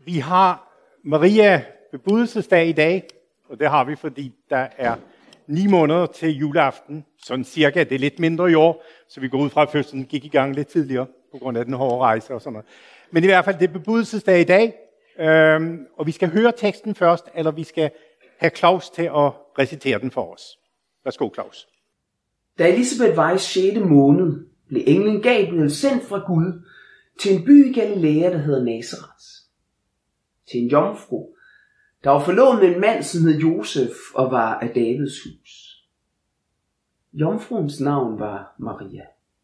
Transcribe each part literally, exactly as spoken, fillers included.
Vi har Maria bebudelsesdag i dag, og det har vi, fordi der er ni måneder til juleaften, sådan cirka. Det er lidt mindre i år, så vi går ud fra, at fødslen gik i gang lidt tidligere, på grund af den hårde rejse og sådan noget. Men i hvert fald, det er bebudelsesdag i dag, øhm, og vi skal høre teksten først, eller vi skal have Claus til at recitere den for os. Værsgo, Claus. Da Elisabeth var i sjette måned, blev englen Gabriel sendt fra Gud til en by i Galilea, der hedder Nazaret. Til en jomfru, der var forlovet med en mand, som hed Josef og var af Davids hus. Jomfruens navn var Maria.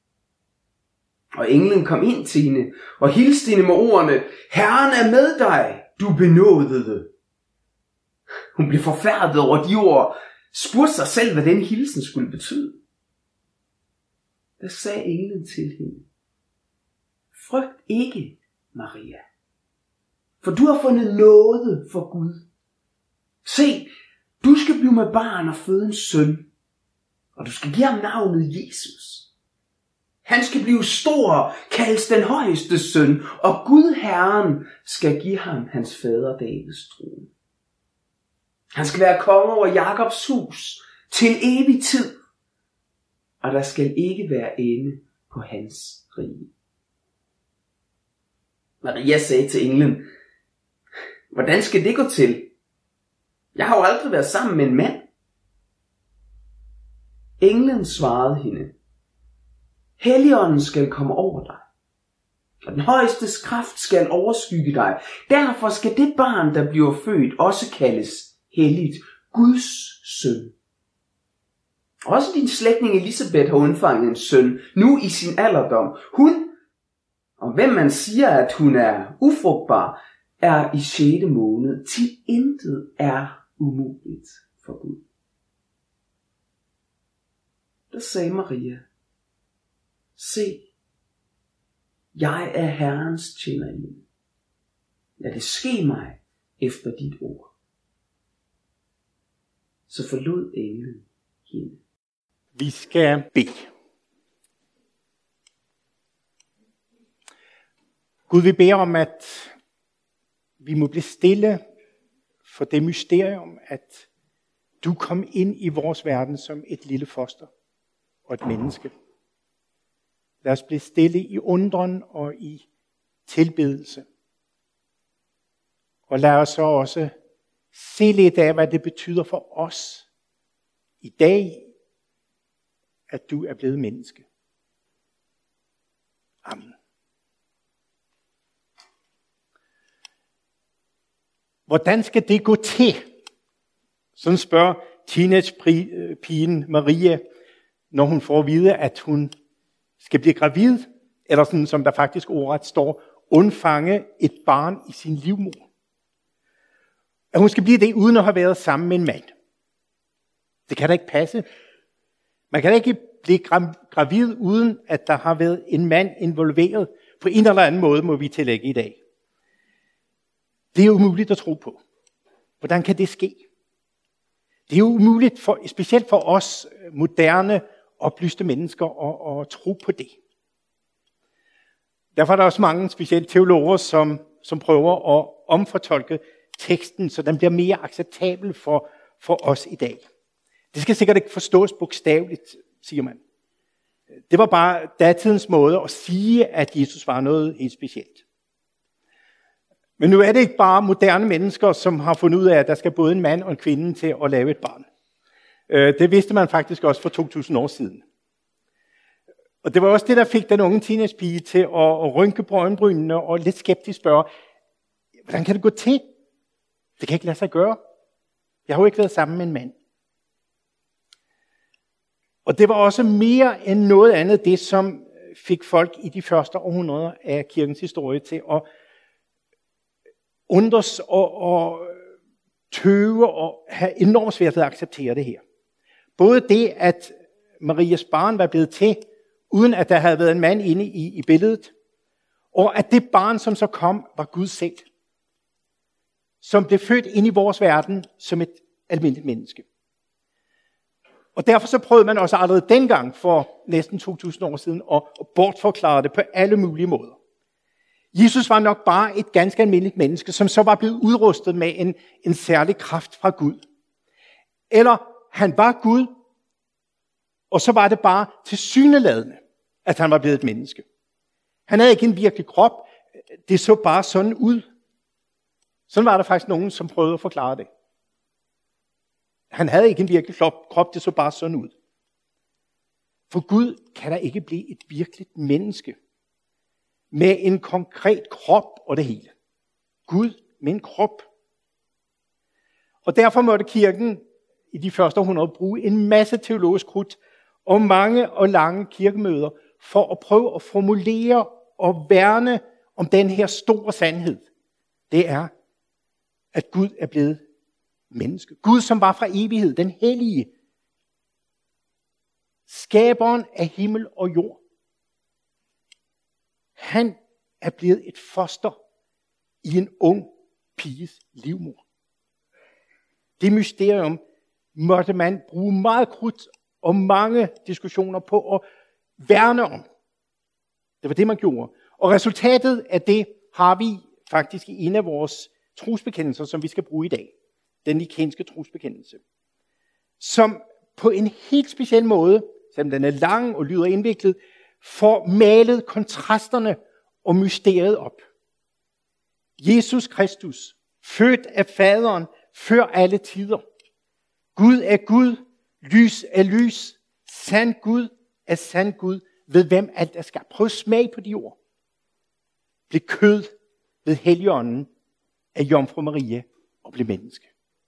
Og englen kom ind til hende og hilste hende med ordene: Herren er med dig, du benådede. Hun blev forfærdet over de ord, spurgte sig selv, hvad den hilsen skulle betyde. Da sagde englen til hende: Frygt ikke, Maria, for du har fundet nåde for Gud. Se, du skal blive med barn og føde en søn, og du skal give ham navnet Jesus. Han skal blive stor, kaldes den højeste søn, og Gud Herren skal give ham hans fader Davids trone. Han skal være konge over Jakobs hus til evig tid, og der skal ikke være ende på hans rige. Maria sagde til englen: Hvordan skal det gå til? Jeg har jo aldrig været sammen med en mand. Englen svarede hende: Helligånden skal komme over dig, og den højestes kraft skal overskygge dig. Derfor skal det barn, der bliver født, også kaldes helligt, Guds søn. Også din slægtning Elisabeth har undfanget en søn, nu i sin alderdom. Hun, og hvem man siger, at hun er ufrugtbar, er i sjette måned, til intet er umuligt for Gud. Der sagde Maria: Se, jeg er Herrens tjenerinde. Lad det ske mig efter dit ord. Så forlod englen hende. Vi skal bede. Gud, vi beder om, at vi må blive stille for det mysterium, at du kom ind i vores verden som et lille foster og et menneske. Lad os blive stille i undren og i tilbedelse. Og lad os så også se lidt af, hvad det betyder for os i dag, at du er blevet menneske. Amen. Hvordan skal det gå til? Sådan spørger teenagepigen Maria, når hun får at vide, at hun skal blive gravid, eller sådan som der faktisk ordret står, undfange et barn i sin livmor. At hun skal blive det, uden at have været sammen med en mand. Det kan da ikke passe. Man kan da ikke blive gravid, uden at der har været en mand involveret. På en eller anden måde må vi tillægge i dag. Det er umuligt at tro på. Hvordan kan det ske? Det er jo umuligt, for, specielt for os moderne, oplyste mennesker, at, at tro på det. Derfor er der også mange specielt teologer, som, som prøver at omfortolke teksten, så den bliver mere acceptabel for, for os i dag. Det skal sikkert ikke forstås bogstaveligt, siger man. Det var bare datidens måde at sige, at Jesus var noget helt specielt. Men nu er det ikke bare moderne mennesker, som har fundet ud af, at der skal både en mand og en kvinde til at lave et barn. Det vidste man faktisk også for to tusind år siden. Og det var også det, der fik den unge teenagepige til at rynke på øjenbrynene og lidt skeptisk spørge: Hvordan kan det gå til? Det kan ikke lade sig gøre. Jeg har jo ikke været sammen med en mand. Og det var også mere end noget andet det, som fik folk i de første århundreder af kirkens historie til at undres og, og tøve og have enormt svært at acceptere det her. Både det, at Marias barn var blevet til, uden at der havde været en mand inde i, i billedet, og at det barn, som så kom, var Gud selv, som blev født ind i vores verden som et almindeligt menneske. Og derfor så prøvede man også allerede dengang for næsten to tusind år siden at bortforklare det på alle mulige måder. Jesus var nok bare et ganske almindeligt menneske, som så var blevet udrustet med en, en særlig kraft fra Gud. Eller han var Gud, og så var det bare tilsyneladende, at han var blevet et menneske. Han havde ikke en virkelig krop, det så bare sådan ud. Sådan var der faktisk nogen, som prøvede at forklare det. Han havde ikke en virkelig krop, det så bare sådan ud. For Gud kan der ikke blive et virkeligt menneske med en konkret krop og det hele. Gud med en krop. Og derfor måtte kirken i de første århundreder bruge en masse teologisk krudt og mange og lange kirkemøder for at prøve at formulere og værne om den her store sandhed. Det er, at Gud er blevet menneske. Gud, som var fra evighed, den hellige, skaberen af himmel og jord. Han er blevet et foster i en ung piges livmor. Det mysterium måtte man bruge meget krudt og mange diskussioner på at værne om. Det var det, man gjorde. Og resultatet af det har vi faktisk i en af vores trosbekendelser, som vi skal bruge i dag. Den nikenske trosbekendelse. Som på en helt speciel måde, selvom den er lang og lyder indviklet, får malet kontrasterne og mysteriet op. Jesus Kristus, født af faderen før alle tider. Gud er Gud, lys er lys, sand Gud er sand Gud, ved hvem alt er skabt. Prøv at smage på de ord. Blev kød ved Helligånden af Jomfru Marie og blev menneske.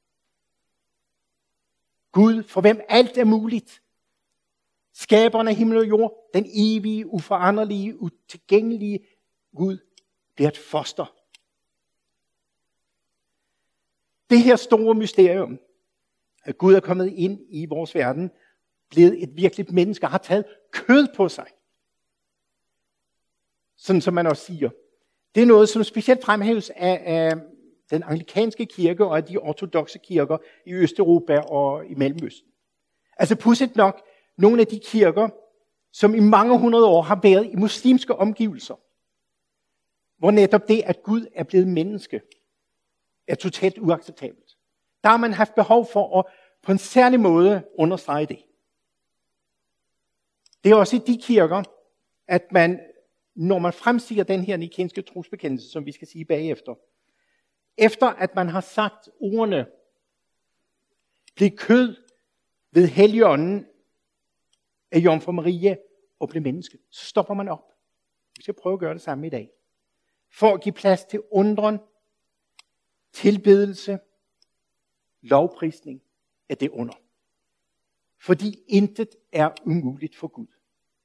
Gud, for hvem alt er muligt. Skaberen af himmel og jord, den evige, uforanderlige, utilgængelige Gud, bliver et foster. Det her store mysterium, at Gud er kommet ind i vores verden, blevet et virkeligt menneske, har taget kød på sig. Sådan som man også siger. Det er noget, som specielt fremhæves af, af den anglikanske kirke og af de ortodokse kirker i Østeuropa og i Mellemøsten. Altså pudsigt nok, nogle af de kirker, som i mange hundrede år har været i muslimske omgivelser, hvor netop det, at Gud er blevet menneske, er totalt uacceptabelt. Der har man haft behov for at på en særlig måde understrege det. Det er også i de kirker, at man, når man fremsiger den her nikenske trosbekendelse, som vi skal sige bagefter, efter at man har sagt ordene, blev kød ved Helligånden af Jomfru Marie og blev menneske, så stopper man op. Vi skal prøve at gøre det samme i dag. For at give plads til undren, tilbedelse, lovprisning af det under. Fordi intet er umuligt for Gud.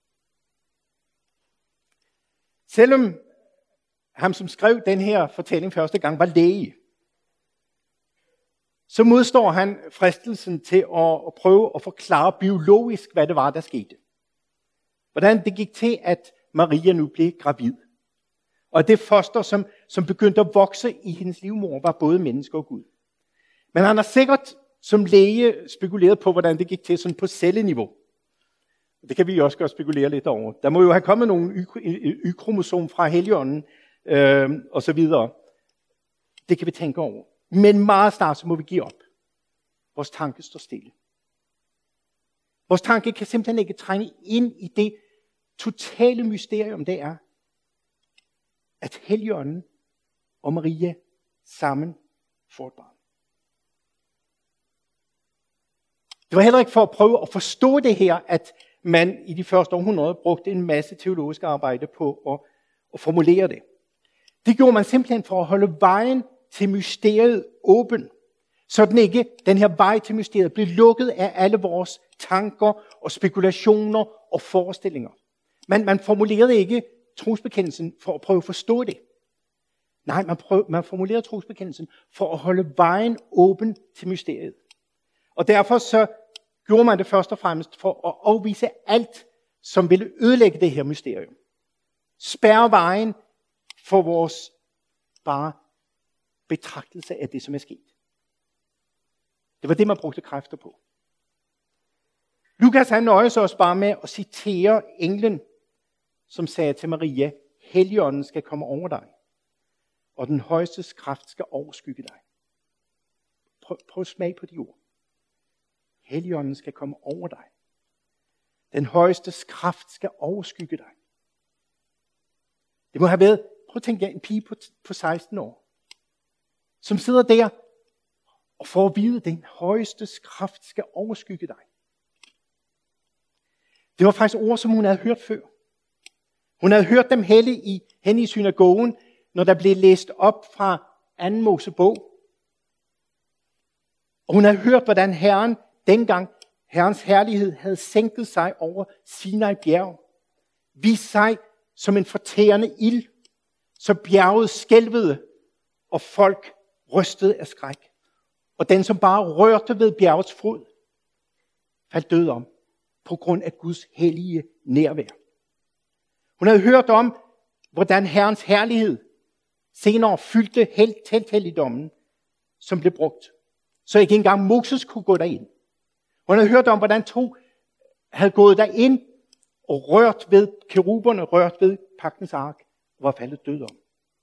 Selvom ham, som skrev den her fortælling første gang, var læge, så modstår han fristelsen til at prøve at forklare biologisk, hvad det var, der skete. Hvordan det gik til, at Maria nu blev gravid. Og det foster, som, som begyndte at vokse i hendes livmor, var både menneske og Gud. Men han har sikkert som læge spekuleret på, hvordan det gik til sådan på celleniveau. Det kan vi også godt spekulere lidt over. Der må jo have kommet nogle Y-kromosom fra Helligånden øh, og så videre. Det kan vi tænke over. Men meget snart så må vi give op. Vores tanke står stille. Vores tanke kan simpelthen ikke trænge ind i det totale mysterium, det er, at Helligånden og Maria sammen får et barn. Det var heller ikke for at prøve at forstå det her, at man i de første århundreder brugte en masse teologisk arbejde på at, at formulere det. Det gjorde man simpelthen for at holde vejen til mysteriet åben, så den ikke, den her vej til mysteriet, blev lukket af alle vores tanker og spekulationer og forestillinger. Man, man formulerede ikke trosbekendelsen for at prøve at forstå det. Nej, man, prøv, man formulerede trosbekendelsen for at holde vejen åben til mysteriet. Og derfor så gjorde man det først og fremmest for at afvise alt, som ville ødelægge det her mysterium. Spærre vejen for vores bare betragtelse af det, som er sket. Det var det, man brugte kræfter på. Lukas han nøjes også bare med at citere englen, som sagde til Maria, Helligånden skal komme over dig. og den højeste kraft skal overskygge dig. Prøv, prøv at smage på de ord. Helligånden skal komme over dig. Den højeste kraft skal overskygge dig. Det må have været, prøv at tænke jer, en pige på, på seksten år, som sidder der og får at vide, at den højeste kraft skal overskygge dig. Det var faktisk ord, som hun havde hørt før. Hun havde hørt dem helle i, hen i synagogen, når der blev læst op fra anden Mosebog. Og hun havde hørt, hvordan Herren dengang, Herrens herlighed, havde sænket sig over Sinai bjerg. Vist sig som en fortærende ild, så bjerget skælvede, og folk rystede af skræk. Og den, som bare rørte ved bjergets fod, faldt død om, på grund af Guds hellige nærvær. Hun havde hørt om, hvordan Herrens herlighed senere fyldte telthelligdommen, som blev brugt. Så ikke engang Moses kunne gå derind. Hun havde hørt om, hvordan to havde gået derind og rørt ved keruberne, rørt ved pagtens ark, og var faldet død om.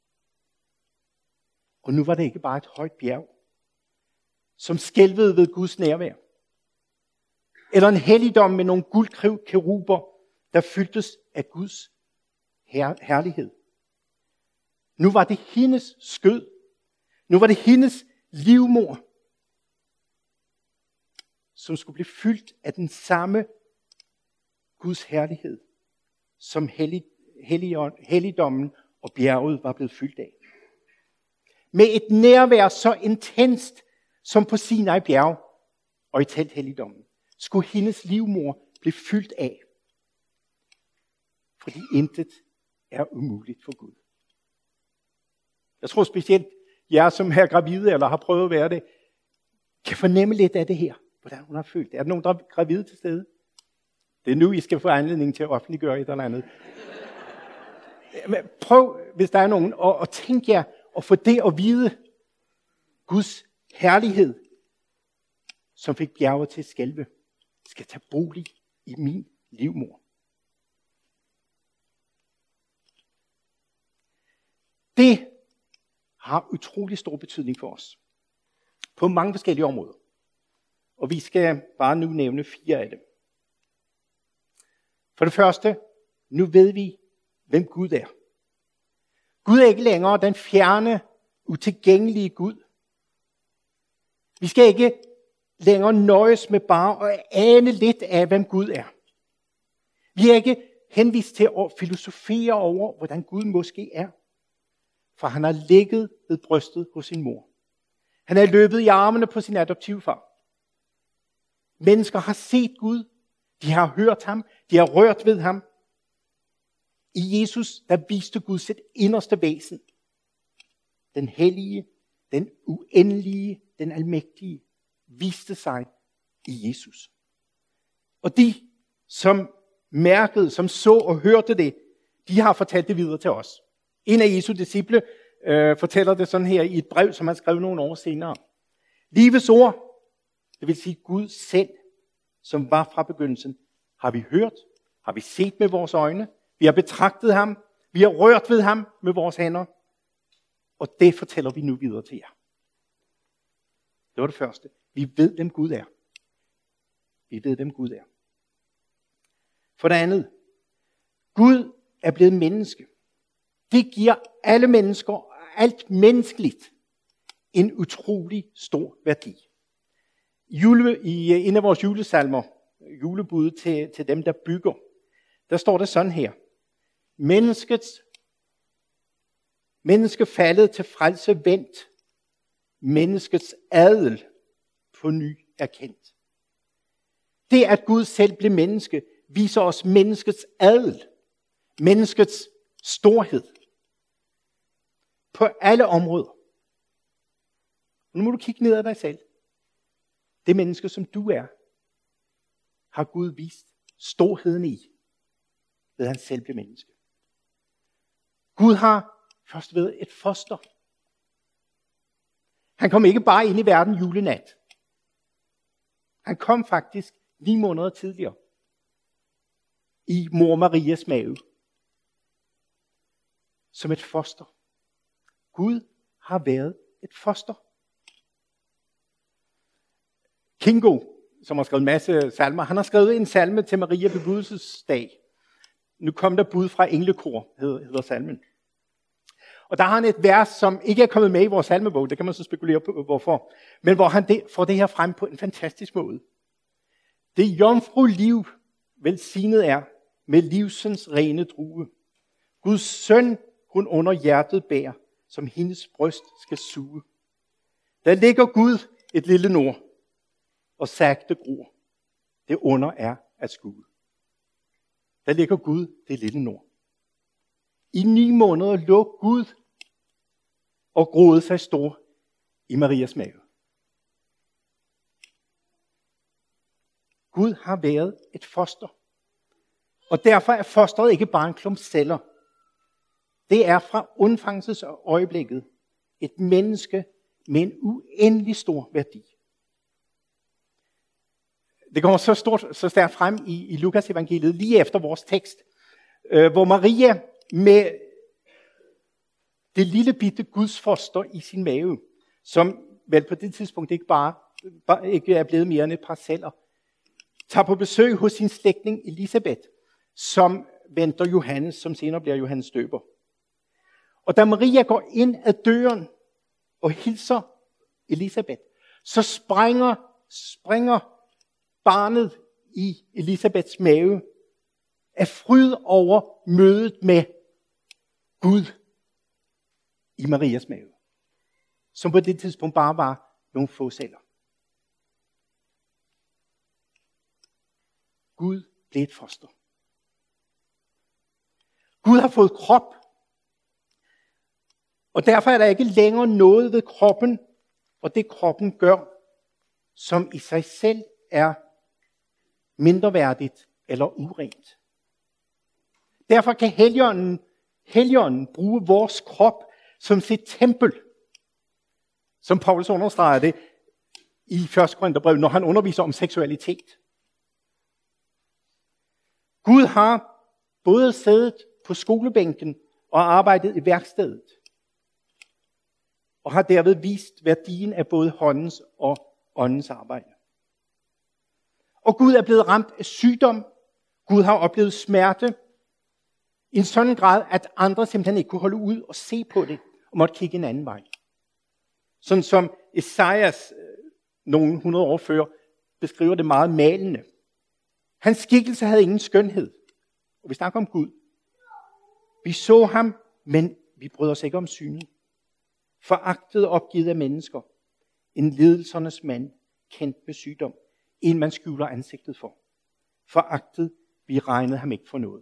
Og nu var det ikke bare et højt bjerg, som skælvede ved Guds nærvær. Eller en helligdom med nogle guldkeruber, der fyldtes af Guds her- herlighed. Nu var det hendes skød. Nu var det hendes livmor, som skulle blive fyldt af den samme Guds herlighed, som hellig, hellig, helligdommen og bjerget var blevet fyldt af. Med et nærvær så intenst som på Sinai bjerg og i telthelligdommen, skulle hendes livmor blive fyldt af. Fordi intet er umuligt for Gud. Jeg tror specielt, jer som er gravide eller har prøvet at være det, kan fornemme lidt af det her, hvordan hun har følt. Er der nogen, der er gravide til stede? Det er nu, I skal få anledning til at offentliggøre et eller andet. Men prøv, hvis der er nogen, og, og tænk jer at få det at vide. Guds herlighed, som fik bjerget til at skælve, skal tage bolig i min livmor. Det har utrolig stor betydning for os. På mange forskellige områder. Og vi skal bare nu nævne fire af dem. For det første, nu ved vi, hvem Gud er. Gud er ikke længere den fjerne, utilgængelige Gud. Vi skal ikke længere nøjes med bare at ane lidt af, hvem Gud er. Vi er ikke henvist til at filosofere over, hvordan Gud måske er. For han har ligget ved brystet hos sin mor. Han er løbet i armene på sin adoptivfar. Mennesker har set Gud. De har hørt ham. De har rørt ved ham. I Jesus, der viste Gud sit inderste væsen. Den hellige, den uendelige, den almægtige, viste sig i Jesus. Og de, som mærkede, som så og hørte det, de har fortalt det videre til os. En af Jesu disciple øh, fortæller det sådan her i et brev, som han skrev nogle år senere. Livets ord, det vil sige Gud selv, som var fra begyndelsen, har vi hørt, har vi set med vores øjne, vi har betragtet ham, vi har rørt ved ham med vores hænder, og det fortæller vi nu videre til jer. Det var det første. Vi ved, hvem Gud er. Vi ved, hvem Gud er. For det andet, Gud er blevet menneske. Det giver alle mennesker og alt menneskeligt en utrolig stor værdi. Jule, I en af vores julesalmer, julebuddet til, til dem, der bygger, der står det sådan her. Menneskets, menneske faldet til frelse vendt, menneskets adel på ny erkendt. Det, at Gud selv blev menneske, viser os menneskets adel, menneskets storhed. På alle områder. Nu må du kigge ned ad dig selv. Det menneske, som du er, har Gud vist storheden i, ved han selv blev menneske. Gud har først været et foster. Han kom ikke bare ind i verden julenat. Han kom faktisk ni måneder tidligere. I mor Marias mave. Som et foster. Gud har været et foster. Kingo, som har skrevet en masse salmer, han har skrevet en salme til Maria bebudelsesdag. Nu kom der bud fra englekor, hedder, hedder salmen. Og der har han et vers, som ikke er kommet med i vores salmebog, det kan man så spekulere på, hvorfor. Men hvor han det, får det her frem på en fantastisk måde. Det jomfru liv velsignet er med livsens rene drue. Guds søn, hun under hjertet bærer, som hendes bryst skal suge. Der ligger Gud et lille nord, og sagte gror. Det under er at skue. Der ligger Gud det lille nord. I ni måneder lå Gud og groede sig stor i Marias mave. Gud har været et foster. Og derfor er fosteret ikke bare en klump celler. Det er fra undfangelsesøjeblikket et menneske med en uendelig stor værdi. Det kommer så, stort, så stærkt frem i, i Lukas evangeliet, lige efter vores tekst, øh, hvor Maria med det lille bitte Guds foster i sin mave, som vel på det tidspunkt ikke bare, bare ikke er blevet mere end et par celler, tager på besøg hos sin slægtning Elisabeth, som venter Johannes, som senere bliver Johannes døber. Og da Maria går ind ad døren og hilser Elisabeth, så springer, springer barnet i Elisabeths mave af fryd over mødet med Gud i Marias mave, som på det tidspunkt bare var nogle få celler. Gud blev et foster. Gud har fået krop, og derfor er der ikke længere noget ved kroppen, og det kroppen gør, som i sig selv er mindreværdigt eller urent. Derfor kan Helligånden, Helligånden bruge vores krop som sit tempel, som Paulus understreger det i første Korintherbrev, når han underviser om seksualitet. Gud har både siddet på skolebænken og arbejdet i værkstedet, og har derved vist værdien af både håndens og åndens arbejde. Og Gud er blevet ramt af sygdom. Gud har oplevet smerte i en sådan grad, at andre simpelthen ikke kunne holde ud og se på det, og måtte kigge en anden vej. Sådan som Esajas nogle hundrede år før beskriver det meget malende. Hans skikkelse havde ingen skønhed. Og vi snakker om Gud. Vi så ham, men vi brød os ikke om synet. Foragtet og opgivet af mennesker. En lidelsernes mand, kendt med sygdom. En man skjuler ansigtet for. Foragtet, vi regnede ham ikke for noget.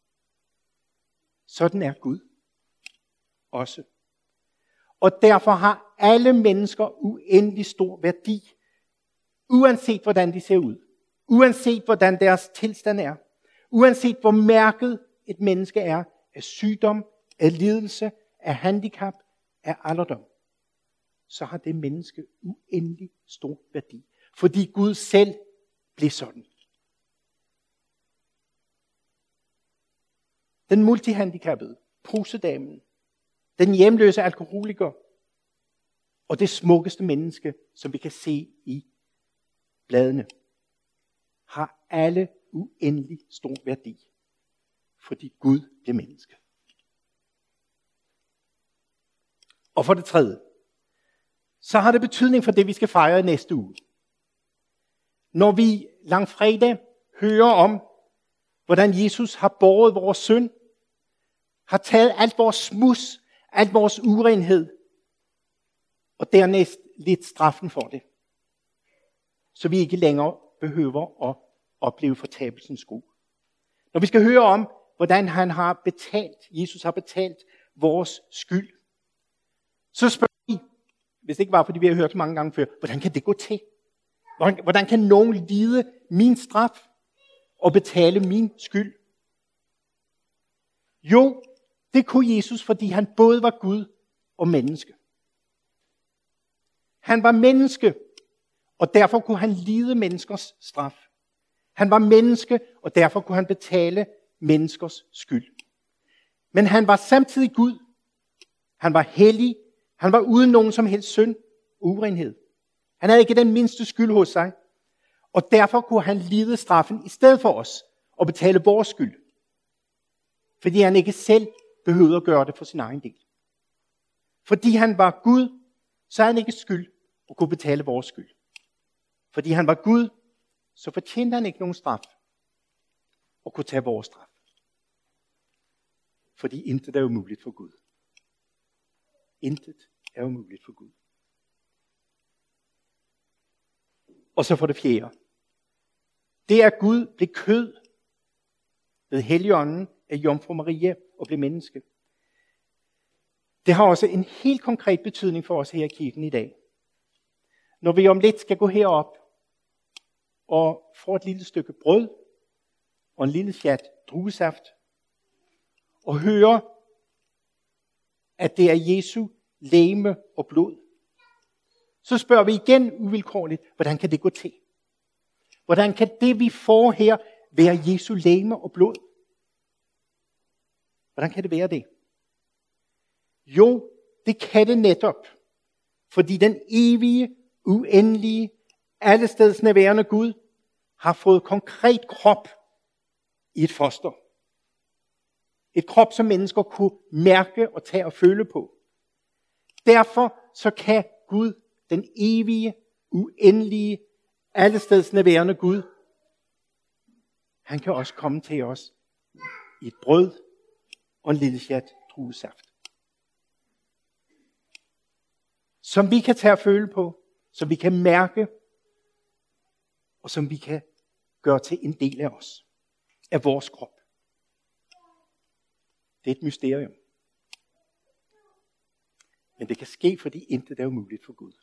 Sådan er Gud også. Og derfor har alle mennesker uendelig stor værdi, uanset hvordan de ser ud, uanset hvordan deres tilstand er, uanset hvor mærket et menneske er af sygdom, af lidelse, af handicap, af alderdom, så har det menneske uendelig stor værdi, fordi Gud selv blev sådan. Den multihandicappede, posedamen, den hjemløse alkoholiker og det smukkeste menneske, som vi kan se i bladene, har alle uendelig stor værdi, fordi Gud blev menneske. Og for det tredje, så har det betydning for det, vi skal fejre næste uge. Når vi langfredag hører om, hvordan Jesus har båret vores synd, har taget alt vores smuds, alt vores urenhed, og dernæst lidt straffen for det. Så vi ikke længere behøver at opleve fortabelsens sko. Når vi skal høre om, hvordan han har betalt, Jesus har betalt vores skyld, så spørger vi, hvis det ikke var, fordi vi har hørt så mange gange før, hvordan kan det gå til? Hvordan, hvordan kan nogen lide min straf og betale min skyld? Jo, det kunne Jesus, fordi han både var Gud og menneske. Han var menneske, og derfor kunne han lide menneskers straf. Han var menneske, og derfor kunne han betale menneskers skyld. Men han var samtidig Gud, Han var hellig. Han var uden nogen som helst synd og urenhed. Han havde ikke den mindste skyld hos sig. Og derfor kunne han lide straffen i stedet for os og betale vores skyld. Fordi han ikke selv behøvede at gøre det for sin egen del. Fordi han var Gud, så havde han ikke skyld og kunne betale vores skyld. Fordi han var Gud, så fortjente han ikke nogen straf og kunne tage vores straf. Fordi intet er umuligt for Gud. Intet er umuligt for Gud. Og så for det fjerde. Det er Gud blev kød ved Helligånden af Jomfru Maria og blev menneske. Det har også en helt konkret betydning for os her i kirken i dag. Når vi om lidt skal gå herop og få et lille stykke brød og en lille sjat druesaft og høre, at det er Jesu legeme og blod, så spørger vi igen uvilkårligt, hvordan kan det gå til? Hvordan kan det, vi får her, være Jesu legeme og blod? Hvordan kan det være det? Jo, det kan det netop, fordi den evige, uendelige, allestedsnærværende Gud har fået konkret krop i et foster. Et krop, som mennesker kunne mærke og tage og føle på. Derfor så kan Gud, den evige, uendelige, allestedsnærværende Gud, han kan også komme til os i et brød og en lille sjat druesaft. Som vi kan tage og føle på, som vi kan mærke, og som vi kan gøre til en del af os, af vores krop. Det er et mysterium. Men det kan ske, fordi intet er umuligt for Gud.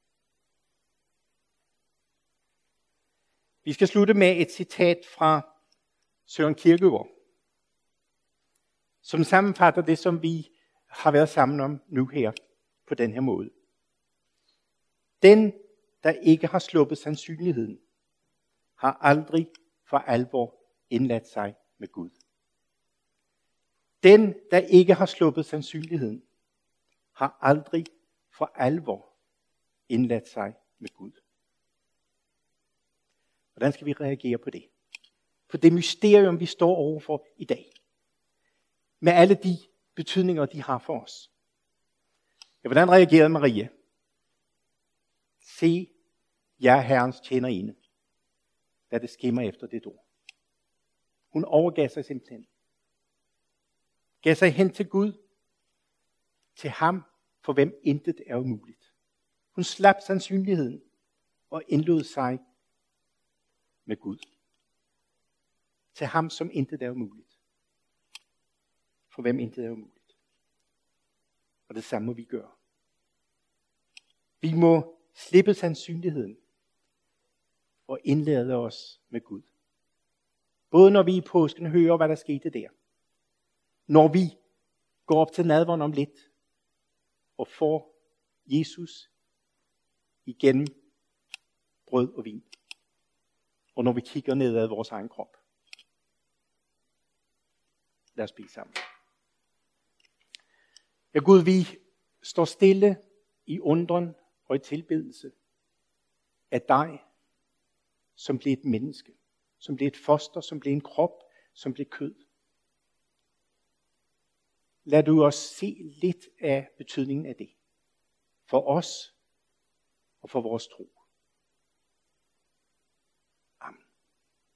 Vi skal slutte med et citat fra Søren Kierkegaard, som sammenfatter det, som vi har været sammen om nu her på den her måde. Den, der ikke har sluppet sandsynligheden, har aldrig for alvor indladt sig med Gud. Den, der ikke har sluppet sandsynligheden, har aldrig for alvor indladt sig med Gud. Hvordan skal vi reagere på det? På det mysterium, vi står overfor i dag. Med alle de betydninger, de har for os. Ja, hvordan reagerede Maria? Se, jeg er Herrens tjenerinde. Lad det ske mig efter det ord. Hun overgav sig simpelthen. Gav sig hen til Gud. Til ham, for hvem intet er umuligt. Hun slap sandsynligheden og indlod sig med Gud. Til ham, som intet er umuligt. For hvem intet er umuligt. Og det samme må vi gøre. Vi må slippe sandsynligheden og indlade os med Gud. Både når vi i påsken hører, hvad der skete der. Når vi går op til nadveren om lidt og får Jesus igennem brød og vin. Og når vi kigger ned ad vores egen krop. Lad os bede sammen. Ja Gud, vi står stille i undren og i tilbedelse af dig, som blev et menneske, som blev et foster, som blev en krop, som blev kød. Lad du os se lidt af betydningen af det, for os og for vores tro.